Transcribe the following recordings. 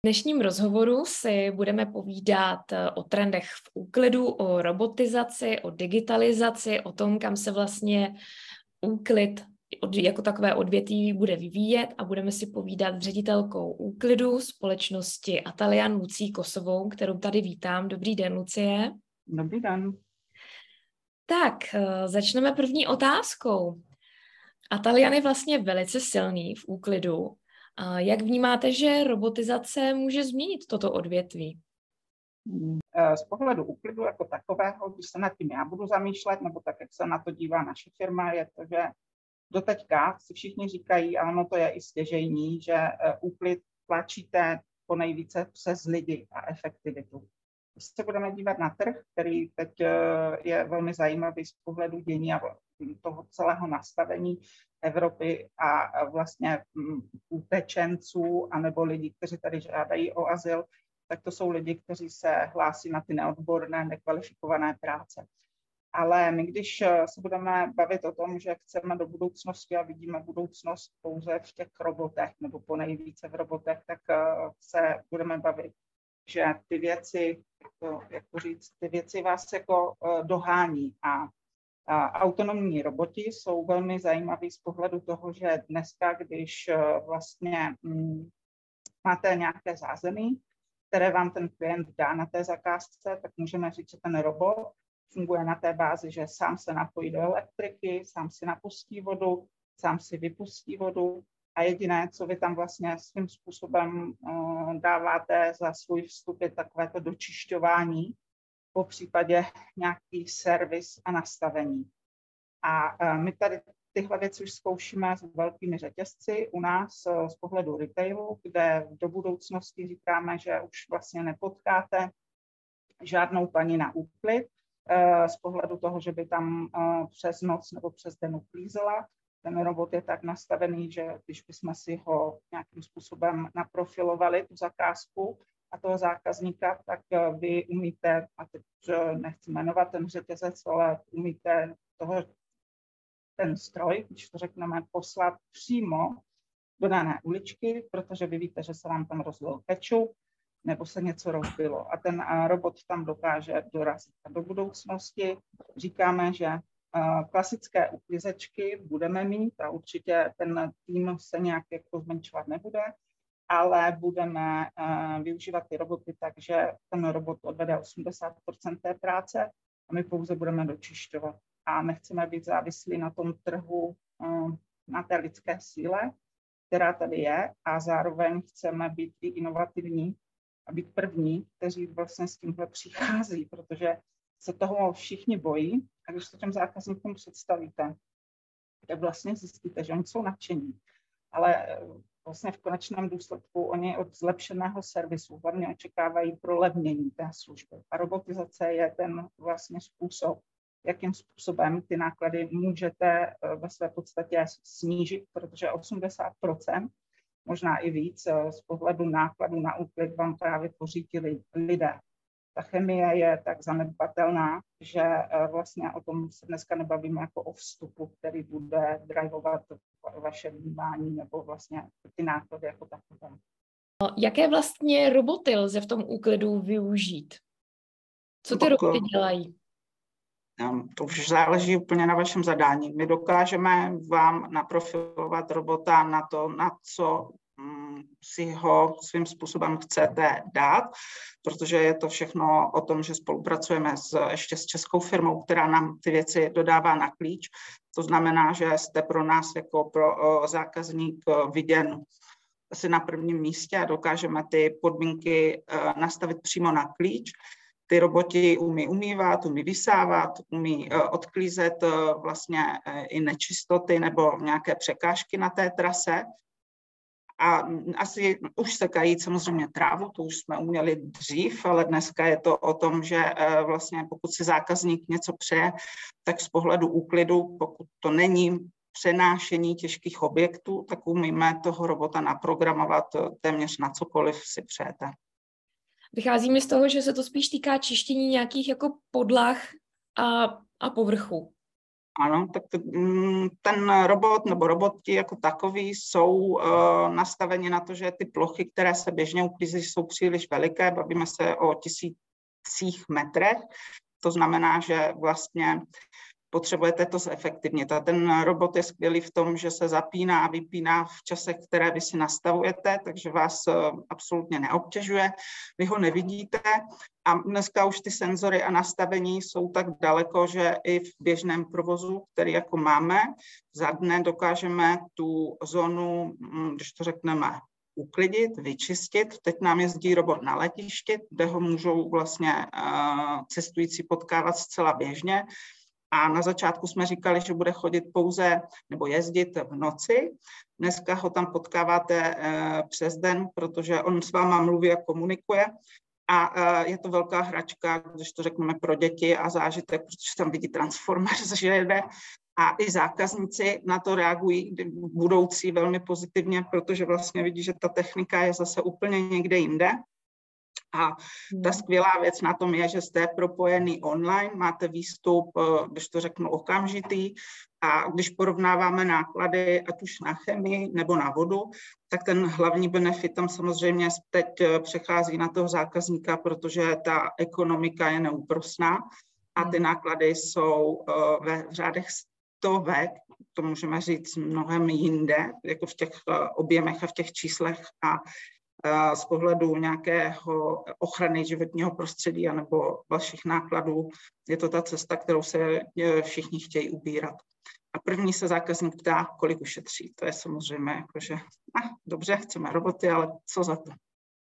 V dnešním rozhovoru si budeme povídat o trendech v úklidu, o robotizaci, o digitalizaci, o tom, kam se vlastně úklid jako takové odvětví bude vyvíjet a budeme si povídat s ředitelkou úklidu společnosti Atalian Lucí Kosovou, kterou tady vítám. Dobrý den, Lucie. Dobrý den. Tak, začneme první otázkou. Atalian je vlastně velice silný v úklidu. Jak vnímáte, že robotizace může změnit toto odvětví? Z pohledu úklidu jako takového, když se nad tím já budu zamýšlet, nebo tak, jak se na to dívá naše firma, je to, že doteďka si všichni říkají, a ono to je i stěžejní, že úklid tlačíte po nejvíce přes lidi a efektivitu. Když se budeme dívat na trh, který teď je velmi zajímavý z pohledu dění a toho celého nastavení Evropy a vlastně utečenců anebo lidí, kteří tady žádají o azyl, tak to jsou lidi, kteří se hlásí na ty neodborné, nekvalifikované práce. Ale my, když se budeme bavit o tom, že chceme do budoucnosti a vidíme budoucnost pouze v těch robotech nebo ponejvíce v robotech, tak se budeme bavit, že ty věci, ty věci vás jako dohání a autonomní roboti jsou velmi zajímaví z pohledu toho, že dneska, když vlastně máte nějaké zázemí, které vám ten klient dá na té zakázce, tak můžeme říct, že ten robot funguje na té bázi, že sám se napojí do elektriky, sám si napustí vodu, sám si vypustí vodu a jediné, co vy tam vlastně svým způsobem dáváte za svůj vstup, je takovéto dočišťování, po případě nějaký servis a nastavení. A my tady tyhle věci už zkoušíme s velkými řetězci u nás z pohledu retailu, kde do budoucnosti říkáme, že už vlastně nepotkáte žádnou paní na úklid z pohledu toho, že by tam přes noc nebo přes den uklízela. Ten robot je tak nastavený, že když bychom si ho nějakým způsobem naprofilovali, tu zakázku a toho zákazníka, tak vy umíte, a teď nechci jmenovat ten řetězec, ale umíte ten stroj, když to řekneme, poslat přímo do dané uličky, protože vy víte, že se vám tam rozlil kečup, nebo se něco rozbilo a ten robot tam dokáže dorazit. A do budoucnosti říkáme, že klasické uklízečky budeme mít a určitě ten tým se nějak jako zmenšovat nebude, ale budeme využívat ty roboty tak, že ten robot odvede 80% té práce a my pouze budeme dočišťovat. A nechceme být závislí na tom trhu, na té lidské síle, která tady je, a zároveň chceme být i inovativní a být první, kteří vlastně s tímhle přichází, protože se toho všichni bojí a když to těm zákazníkům představíte, tak vlastně zjistíte, že oni jsou nadšení, ale vlastně v konečném důsledku oni od zlepšeného servisu hlavně očekávají prolevnění té služby. A robotizace je ten vlastně způsob, jakým způsobem ty náklady můžete ve své podstatě snížit, protože 80%, možná i víc, z pohledu nákladů na úklid vám právě tvoří ti lidé. Ta chemie je tak zanedbatelná, že vlastně o tom se dneska nebavíme jako o vstupu, který bude drivovat vaše vnímání nebo vlastně ty náklady jako takové. Jaké vlastně roboty lze v tom úklidu využít? Co ty roboty dělají? To už záleží úplně na vašem zadání. My dokážeme vám naprofilovat robota na to, na co si ho svým způsobem chcete dát, protože je to všechno o tom, že spolupracujeme ještě s českou firmou, která nám ty věci dodává na klíč. To znamená, že jste pro nás jako pro zákazník viděn asi na prvním místě a dokážeme ty podmínky nastavit přímo na klíč. Ty roboti umí umývat, umí vysávat, umí odklízet vlastně i nečistoty nebo nějaké překážky na té trase. A asi už sekají samozřejmě trávu, to už jsme uměli dřív, ale dneska je to o tom, že vlastně pokud si zákazník něco přeje, tak z pohledu úklidu, pokud to není přenášení těžkých objektů, tak umíme toho robota naprogramovat téměř na cokoliv si přejete. Vychází mi z toho, že se to spíš týká čištění nějakých jako podlah a povrchu. Ano, tak ten robot nebo roboti jako takový jsou nastaveni na to, že ty plochy, které se běžně uklízí, jsou příliš veliké, bavíme se o tisících metrech, to znamená, že vlastně potřebujete to zefektivnit. A ten robot je skvělý v tom, že se zapíná a vypíná v časech, které vy si nastavujete, takže vás absolutně neobtěžuje, vy ho nevidíte. A dneska už ty senzory a nastavení jsou tak daleko, že i v běžném provozu, který jako máme, za dne dokážeme tu zónu, když to řekneme, uklidit, vyčistit. Teď nám jezdí robot na letišti, kde ho můžou vlastně cestující potkávat zcela běžně. A na začátku jsme říkali, že bude chodit pouze nebo jezdit v noci. Dneska ho tam potkáváte přes den, protože on s váma mluví a komunikuje. A je to velká hračka, když to řekneme, pro děti a zážitek, protože tam vidí Transformers, že jede. A i zákazníci na to reagují budoucí velmi pozitivně, protože vlastně vidí, že ta technika je zase úplně někde jinde. A ta skvělá věc na tom je, že jste propojený online, máte výstup, když to řeknu, okamžitý, a když porovnáváme náklady, ať už na chemii nebo na vodu, tak ten hlavní benefit tam samozřejmě teď přechází na toho zákazníka, protože ta ekonomika je neúprosná a ty náklady jsou ve řádech stovek, to můžeme říct mnohem jinde, jako v těch objemech a v těch číslech, a z pohledu nějakého ochrany životního prostředí anebo vašich nákladů je to ta cesta, kterou se všichni chtějí ubírat. A první se zákazník ptá, kolik ušetří. To je samozřejmě jakože, dobře, chceme roboty, ale co za to?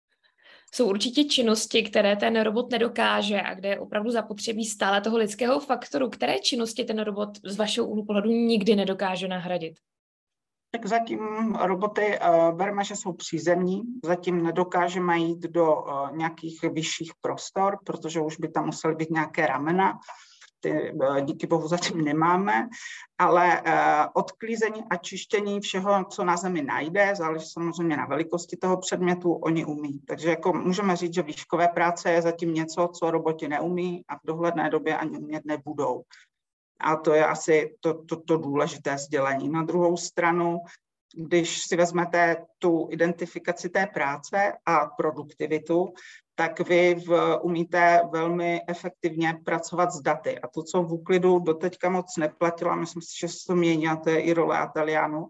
Jsou určitě činnosti, které ten robot nedokáže a kde je opravdu zapotřebí stále toho lidského faktoru. Které činnosti ten robot z vašeho úhlu pohledu nikdy nedokáže nahradit? Tak zatím roboty bereme, že jsou přízemní, zatím nedokážeme jít do nějakých vyšších prostor, protože už by tam musely být nějaké ramena. Ty díky bohu zatím nemáme, ale odklízení a čištění všeho, co na zemi najde, záleží samozřejmě na velikosti toho předmětu, oni umí. Takže jako můžeme říct, že výškové práce je zatím něco, co roboti neumí a v dohledné době ani umět nebudou. A to je asi to důležité sdělení. Na druhou stranu, když si vezmete tu identifikaci té práce a produktivitu, tak vy umíte velmi efektivně pracovat s daty. A to, co v Úklidu doteďka moc neplatilo, myslím si, že se to mění, a to je i role Atelianu.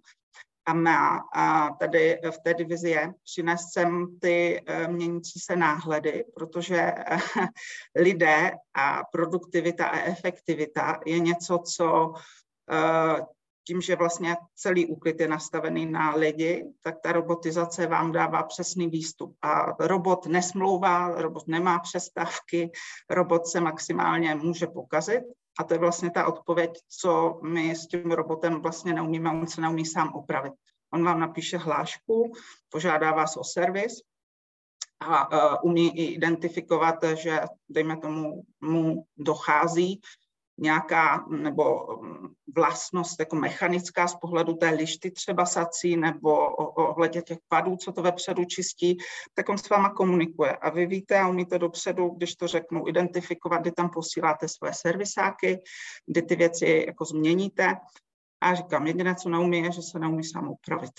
A tady v té divizi je přinést sem ty měnící se náhledy, protože lidé a produktivita a efektivita je něco, co tím, že vlastně celý úklid je nastavený na lidi, tak ta robotizace vám dává přesný výstup. A robot nesmlouvá, robot nemá přestávky, robot se maximálně může pokazit. A to je vlastně ta odpověď, co my s tím robotem vlastně neumíme, on se neumí sám opravit. On vám napíše hlášku, požádá vás o servis a umí i identifikovat, že dejme tomu mu dochází nějaká nebo vlastnost jako mechanická z pohledu té lišty třeba sací nebo ohledě těch padů, co to vepředu čistí, tak on s váma komunikuje. A vy víte a umíte dopředu, když to řeknu, identifikovat, kdy tam posíláte své servisáky, kdy ty věci jako změníte. A říkám, jediné, co neumí, je, že se neumí sám upravit.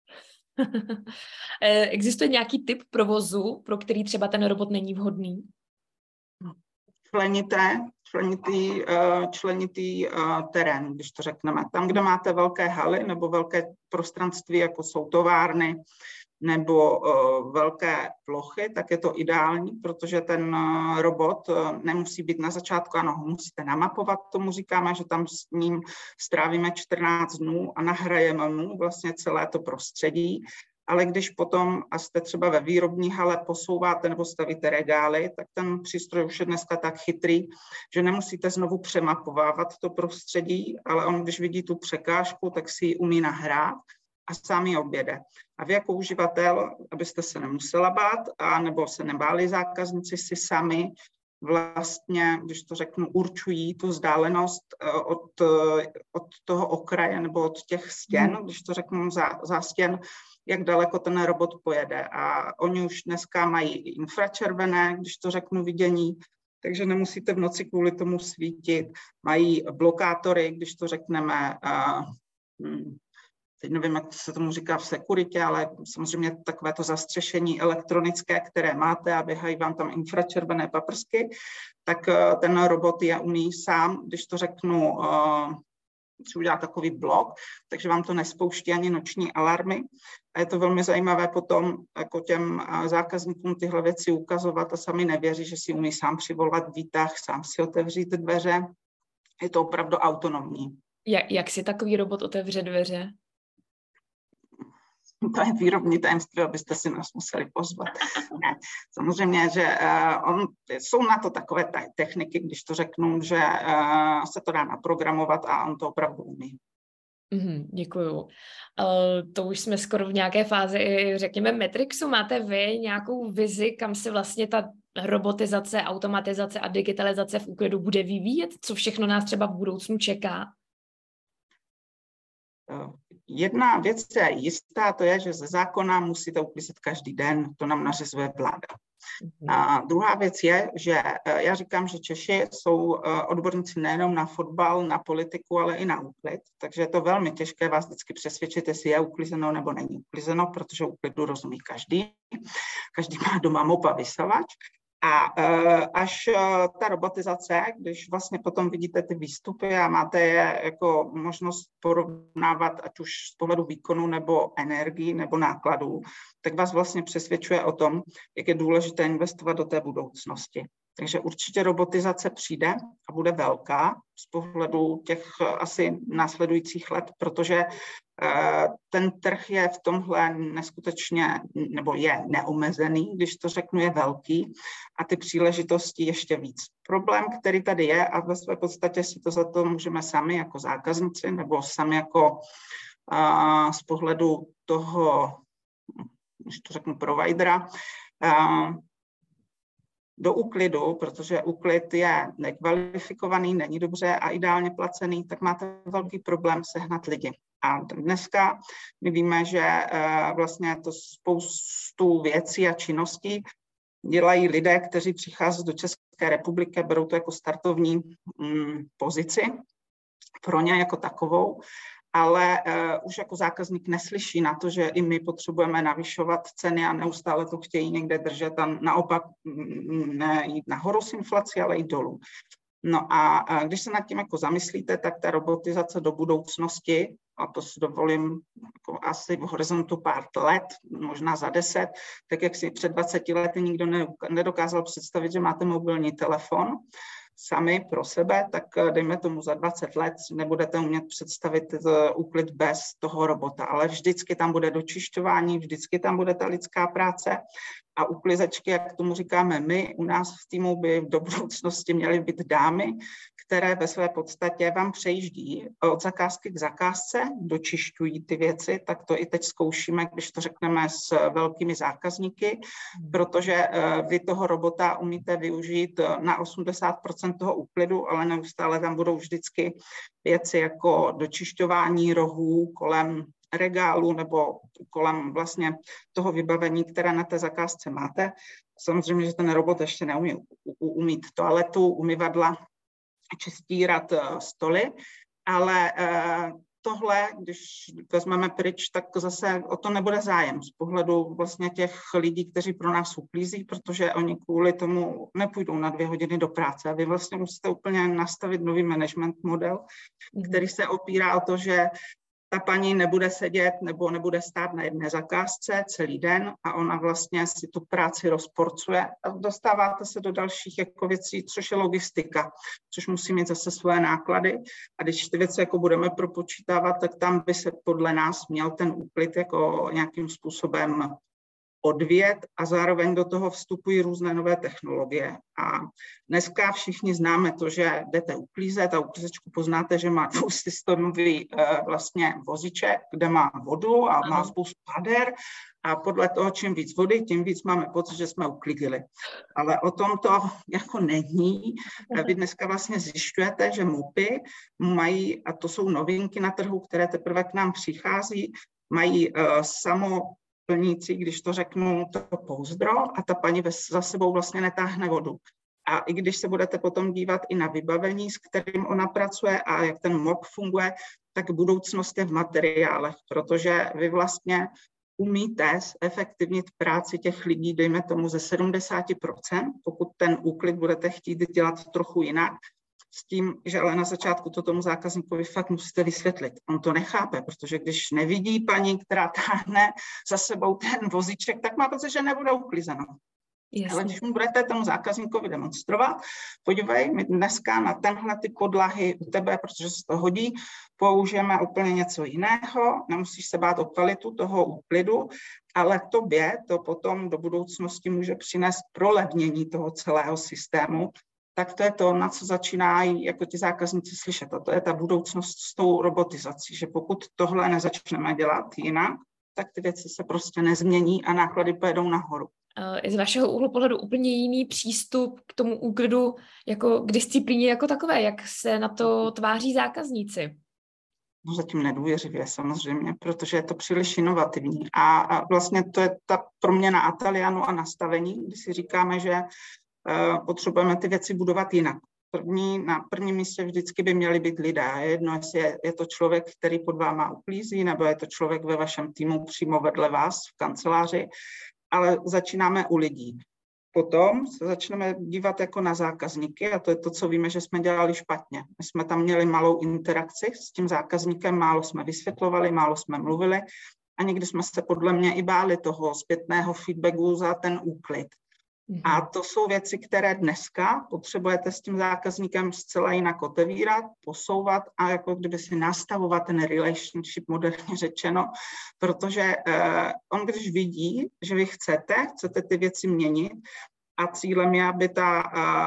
Existuje nějaký typ provozu, pro který třeba ten robot není vhodný? Členitý terén, když to řekneme. Tam, kde máte velké haly nebo velké prostranství, jako jsou továrny nebo velké plochy, tak je to ideální, protože ten robot nemusí být na začátku, ano, ho musíte namapovat, tomu říkáme, že tam s ním strávíme 14 dnů a nahrajeme mu vlastně celé to prostředí. Ale když potom a jste třeba ve výrobní hale posouváte nebo stavíte regály, tak ten přístroj už je dneska tak chytrý, že nemusíte znovu přemapovávat to prostředí, ale on, když vidí tu překážku, tak si ji umí nahrát a sám ji objede. A vy jako uživatel, abyste se nemusela bát, a nebo se nebáli zákazníci, si sami vlastně, když to řeknu, určují tu vzdálenost od toho okraje nebo od těch stěn, když to řeknu za stěn, jak daleko ten robot pojede. A oni už dneska mají infračervené, když to řeknu, vidění, takže nemusíte v noci kvůli tomu svítit. Mají blokátory, když to řekneme, teď nevím, jak se tomu říká v sekuritě, ale samozřejmě takové to zastřešení elektronické, které máte a běhají vám tam infračervené paprsky, tak ten robot je umí sám, když to řeknu, si udělá takový blok, takže vám to nespouští ani noční alarmy. A je to velmi zajímavé potom jako těm zákazníkům tyhle věci ukazovat a sami nevěří, že si umí sám přivolat výtah, sám si otevřít dveře. Je to opravdu autonomní. Jak si takový robot otevře dveře? To je výrobní tajemství, abyste si nás museli pozvat. Ne, samozřejmě, že jsou na to takové techniky, když to řeknu, že se to dá naprogramovat a on to opravdu umí. Děkuju. To už jsme skoro v nějaké fázi, řekněme, Matrixu. Máte vy nějakou vizi, kam se vlastně ta robotizace, automatizace a digitalizace v úklidu bude vyvíjet? Co všechno nás třeba v budoucnu čeká? Jedna věc je jistá, to je, že ze zákona musíte uklízet každý den, to nám nařizuje vláda. A druhá věc je, že já říkám, že Češi jsou odborníci nejenom na fotbal, na politiku, ale i na úklid, takže je to velmi těžké vás vždycky přesvědčit, jestli je uklízeno nebo není uklízeno, protože úklidu rozumí každý. Každý má doma mop a vysavač. A až ta robotizace, když vlastně potom vidíte ty výstupy a máte je jako možnost porovnávat, ať už z pohledu výkonu nebo energii nebo nákladů, tak vás vlastně přesvědčuje o tom, jak je důležité investovat do té budoucnosti. Takže určitě robotizace přijde a bude velká z pohledu těch asi následujících let, protože ten trh je v tomhle neskutečně, nebo je neomezený, když to řeknu, je velký a ty příležitosti ještě víc. Problém, který tady je a ve své podstatě si to za to můžeme sami jako zákazníci nebo sami jako z pohledu toho, když to řeknu, providera, do úklidu, protože úklid je nekvalifikovaný, není dobře a ideálně placený, tak máte velký problém sehnat lidi. A dneska my víme, že vlastně to spoustu věcí a činností dělají lidé, kteří přichází do České republiky, berou to jako startovní pozici pro ně jako takovou, ale už jako zákazník neslyší na to, že i my potřebujeme navyšovat ceny a neustále to chtějí někde držet a naopak ne jít nahoru s inflací, ale i dolů. No a když se nad tím jako zamyslíte, tak ta robotizace do budoucnosti, a to si dovolím jako asi v horizontu pár let, možná za 10, tak jak si před 20 lety nikdo nedokázal představit, že máte mobilní telefon sami pro sebe, tak dejme tomu za 20 let si nebudete umět představit úklid bez toho robota, ale vždycky tam bude dočišťování, vždycky tam bude ta lidská práce a uklizečky, jak tomu říkáme my, u nás v týmu by do budoucnosti měly být dámy, které ve své podstatě vám přejíždí od zakázky k zakázce, dočišťují ty věci, tak to i teď zkoušíme, když to řekneme s velkými zákazníky, protože vy toho robota umíte využít na 80% toho úklidu, ale neustále tam budou vždycky věci jako dočišťování rohů kolem regálu nebo kolem vlastně toho vybavení, které na té zakázce máte. Samozřejmě, že ten robot ještě neumí umít toaletu, umyvadla, čistírat stoly, ale tohle, když vezmeme pryč, tak zase o to nebude zájem z pohledu vlastně těch lidí, kteří pro nás uklízí, protože oni kvůli tomu nepůjdou na 2 hodiny do práce. A vy vlastně musíte úplně nastavit nový management model, který se opírá o to, že ta paní nebude sedět nebo nebude stát na jedné zakázce celý den a ona vlastně si tu práci rozporcuje a dostáváte se do dalších jako věcí, což je logistika, což musí mít zase svoje náklady a když ty věci jako budeme propočítávat, tak tam by se podle nás měl ten úklid jako nějakým způsobem odvět a zároveň do toho vstupují různé nové technologie. A dneska všichni známe to, že jdete uklízet a uklízečku poznáte, že má dvousystémový vlastně vozíček, kde má vodu a má spoustu hader a podle toho, čím víc vody, tím víc máme pocit, že jsme uklidili. Ale o tom to jako není. Vy dneska vlastně zjišťujete, že mopy mají, a to jsou novinky na trhu, které teprve k nám přichází, mají plnící, když to řeknu, to pouzdro a ta paní za sebou vlastně netáhne vodu. A i když se budete potom dívat i na vybavení, s kterým ona pracuje a jak ten MOP funguje, tak budoucnost je v materiálech, protože vy vlastně umíte zefektivnit práci těch lidí, dejme tomu ze 70%, pokud ten úklid budete chtít dělat trochu jinak, s tím, že ale na začátku to tomu zákazníkovi fakt musíte vysvětlit. On to nechápe, protože když nevidí paní, která táhne za sebou ten vozíček, tak má pocit, že nebude uklizeno. Jasně. Ale když mu budete tomu zákazníkovi demonstrovat, podívej, my dneska na tenhle ty podlahy u tebe, protože se to hodí, použijeme úplně něco jiného, nemusíš se bát o kvalitu toho úklidu, ale tobě to potom do budoucnosti může přinést prolevnění toho celého systému, tak to je to, na co začínají jako ti zákazníci slyšet. A to je ta budoucnost s tou robotizací, že pokud tohle nezačneme dělat jinak, tak ty věci se prostě nezmění a náklady pojedou nahoru. Z vašeho úhlu pohledu úplně jiný přístup k tomu úklidu jako k disciplíně jako takové, jak se na to tváří zákazníci? No zatím nedůvěřivě samozřejmě, protože je to příliš inovativní. A vlastně to je ta proměna Atalianu a nastavení, kdy si říkáme, že potřebujeme ty věci budovat jinak. Na prvním místě vždycky by měli být lidé. Jedno, jestli je to člověk, který pod váma uklízí, nebo je to člověk ve vašem týmu přímo vedle vás v kanceláři, ale začínáme u lidí. Potom se začneme dívat jako na zákazníky a to je to, co víme, že jsme dělali špatně. My jsme tam měli malou interakci s tím zákazníkem, málo jsme vysvětlovali, málo jsme mluvili a někdy jsme se podle mě i báli toho zpětného feedbacku za ten úklid. A to jsou věci, které dneska potřebujete s tím zákazníkem zcela jinak otevírat, posouvat a jako kdyby si nastavovat ten relationship, moderně řečeno, protože on, když vidí, že vy chcete ty věci měnit a cílem je, aby ta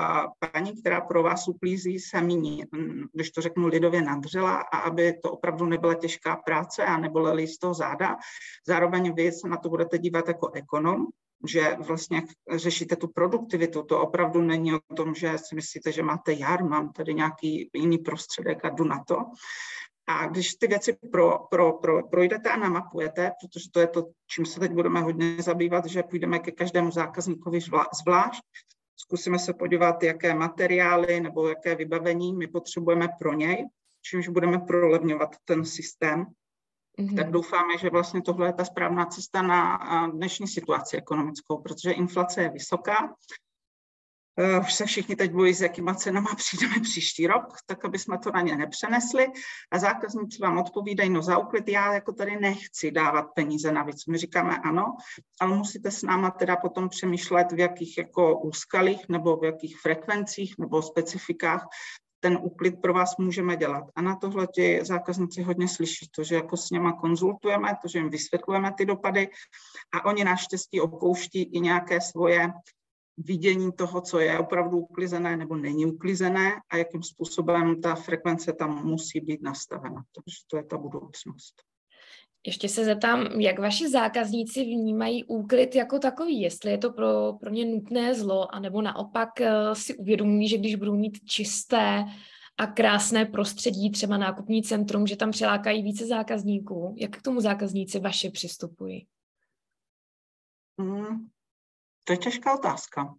paní, která pro vás uklízí, se míní, když to řeknu lidově, nadřela a aby to opravdu nebyla těžká práce a nebolely z toho záda. Zároveň vy se na to budete dívat jako ekonom, že vlastně řešíte tu produktivitu. To opravdu není o tom, že si myslíte, že máte jar, mám tady nějaký jiný prostředek a jdu na to. A když ty věci projdete a namapujete, protože to je to, čím se teď budeme hodně zabývat, že půjdeme ke každému zákazníkovi zvlášť, zkusíme se podívat, jaké materiály nebo jaké vybavení my potřebujeme pro něj, čímž budeme prolevňovat ten systém. Tak doufáme, že vlastně tohle je ta správná cesta na dnešní situaci ekonomickou, protože inflace je vysoká. Už se všichni teď bojí, s jakýma cenama přijdeme příští rok, tak aby jsme to na ně nepřenesli. A zákazníci vám odpovídají, no za úklid já jako tady nechci dávat peníze navíc. My říkáme ano, ale musíte s náma teda potom přemýšlet, v jakých jako úskalích nebo v jakých frekvencích nebo specifikách ten úklid pro vás můžeme dělat. A na tohle ti zákazníci hodně slyší, to, že jako s něma konzultujeme, to, že jim vysvětlujeme ty dopady a oni naštěstí opouští i nějaké svoje vidění toho, co je opravdu uklizené nebo není uklizené a jakým způsobem ta frekvence tam musí být nastavena. Takže to je ta budoucnost. Ještě se zeptám, jak vaši zákazníci vnímají úklid jako takový, jestli je to pro ně nutné zlo, anebo naopak si uvědomují, že když budou mít čisté a krásné prostředí, třeba nákupní centrum, že tam přilákají více zákazníků. Jak k tomu zákazníci vaši přistupují? To je těžká otázka.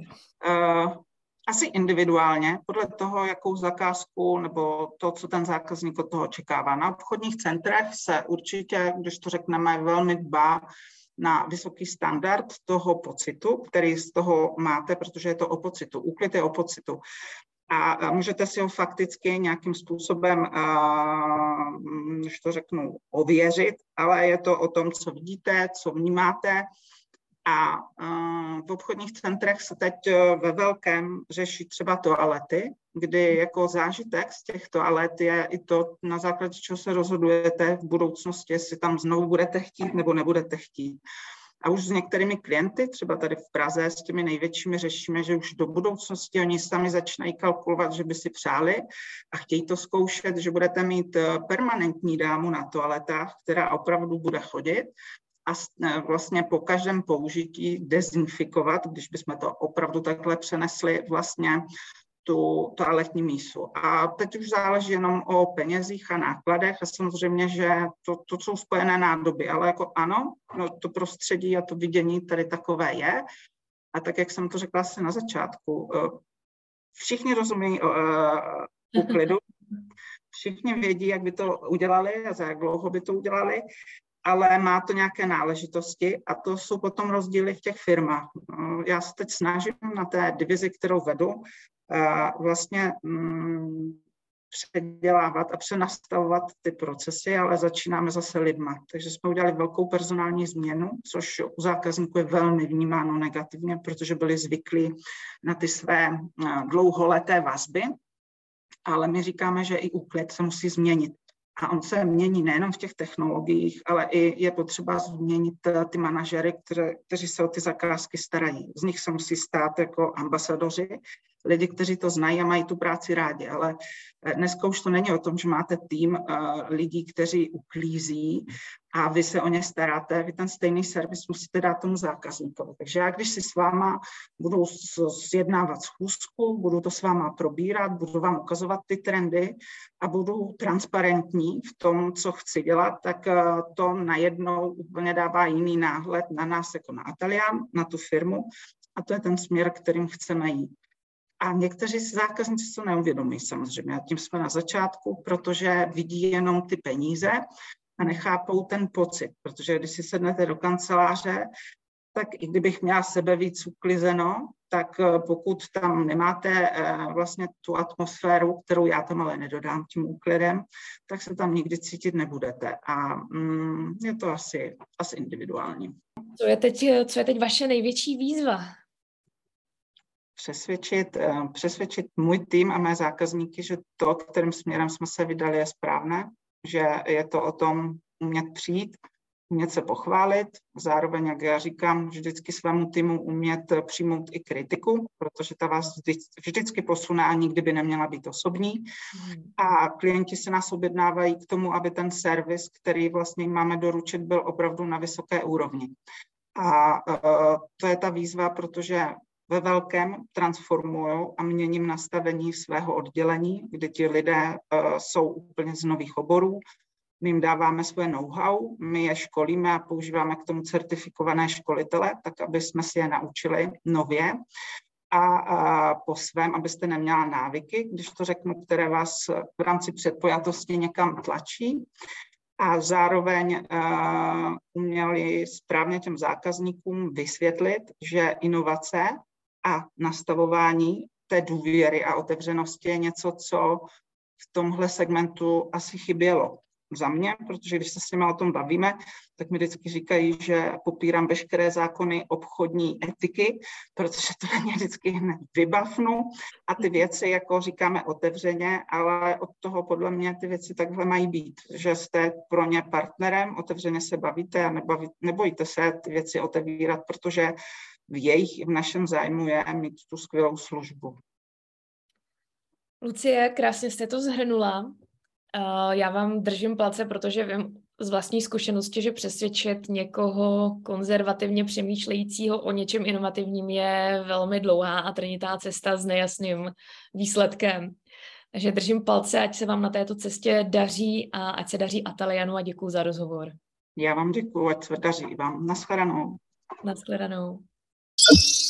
Asi individuálně, podle toho, jakou zakázku nebo to, co ten zákazník od toho očekává. Na obchodních centrech se určitě, když to řekneme, velmi dbá na vysoký standard toho pocitu, který z toho máte, protože je to o pocitu. Úklid je o pocitu. A můžete si ho fakticky nějakým způsobem, když to řeknu, ověřit, ale je to o tom, co vidíte, co vnímáte. A v obchodních centrech se teď ve velkém řeší třeba toalety, kdy jako zážitek z těch toalet je i to, na základě čeho se rozhodujete v budoucnosti, jestli tam znovu budete chtít nebo nebudete chtít. A už s některými klienty, třeba tady v Praze, s těmi největšími řešíme, že už do budoucnosti oni sami začínají kalkulovat, že by si přáli a chtějí to zkoušet, že budete mít permanentní dámu na toaletách, která opravdu bude chodit a vlastně po každém použití dezinfikovat, když bychom to opravdu takhle přenesli, vlastně tu toaletní mísu. A teď už záleží jenom o penězích a nákladech a samozřejmě, že to jsou spojené nádoby, ale jako ano, no, to prostředí a to vidění tady takové je A tak, jak jsem to řekla asi na začátku, všichni rozumí úklidu, všichni vědí, jak by to udělali a za jak dlouho by to udělali, ale má to nějaké náležitosti a to jsou potom rozdíly v těch firmách. Já se teď snažím na té divizi, kterou vedu, vlastně předělávat a přenastavovat ty procesy, ale začínáme zase lidma. Takže jsme udělali velkou personální změnu, což u zákazníků je velmi vnímáno negativně, protože byli zvyklí na ty své dlouholeté vazby, ale my říkáme, že i úklid se musí změnit. A on se mění nejenom v těch technologiích, ale i je potřeba změnit ty manažery, kteří se o ty zakázky starají. Z nich se musí stát jako ambasadoři, lidi, kteří to znají a mají tu práci rádi. Ale dneska už to není o tom, že máte tým lidí, kteří uklízí a vy se o ně staráte, vy ten stejný servis musíte dát tomu zákazníkovi. Takže já, když si s váma budu sjednávat schůzku, budu to s váma probírat, budu vám ukazovat ty trendy a budu transparentní v tom, co chci dělat, tak to najednou úplně dává jiný náhled na nás jako na Atalian, na tu firmu a to je ten směr, kterým chceme jít. A někteří zákazníci to neuvědomí samozřejmě, a tím jsme na začátku, protože vidí jenom ty peníze a nechápou ten pocit, protože když si sednete do kanceláře, tak i kdybych měla sebe víc uklizeno, tak pokud tam nemáte vlastně tu atmosféru, kterou já tam ale nedodám tím úklidem, tak se tam nikdy cítit nebudete. A je to asi individuální. Co je teď vaše největší výzva? Přesvědčit můj tým a mé zákazníky, že to, kterým směrem jsme se vydali, je správné, že je to o tom umět přijít, umět se pochválit, zároveň, jak já říkám, vždycky svému týmu umět přijmout i kritiku, protože ta vás vždycky posune a nikdy by neměla být osobní. A klienti se nás objednávají k tomu, aby ten servis, který vlastně máme doručit, byl opravdu na vysoké úrovni. A to je ta výzva, protože ve velkém transformují a měním nastavení svého oddělení, kdy ti lidé jsou úplně z nových oborů. My jim dáváme svoje know-how, my je školíme a používáme k tomu certifikované školitele, tak aby jsme si je naučili nově a po svém, abyste neměla návyky, když to řeknu, které vás v rámci předpojatosti někam tlačí. A zároveň uměli správně těm zákazníkům vysvětlit, že inovace a nastavování té důvěry a otevřenosti je něco, co v tomhle segmentu asi chybělo za mě, protože když se s nimi o tom bavíme, tak mi vždycky říkají, že popírám veškeré zákony obchodní etiky, protože to na ně vždycky hned vybavnu a ty věci, jako říkáme otevřeně, ale od toho podle mě ty věci takhle mají být, že jste pro ně partnerem, otevřeně se bavíte a nebojíte se ty věci otevírat, protože v našem zájmu je mít tu skvělou službu. Lucie, krásně jste to shrnula. Já vám držím palce, protože vím z vlastní zkušenosti, že přesvědčit někoho konzervativně přemýšlejícího o něčem inovativním je velmi dlouhá a trnitá cesta s nejasným výsledkem. Takže držím palce, ať se vám na této cestě daří a ať se daří Atalianu a děkuju za rozhovor. Já vám děkuju, ať se daří vám. Naschledanou. Naschledanou.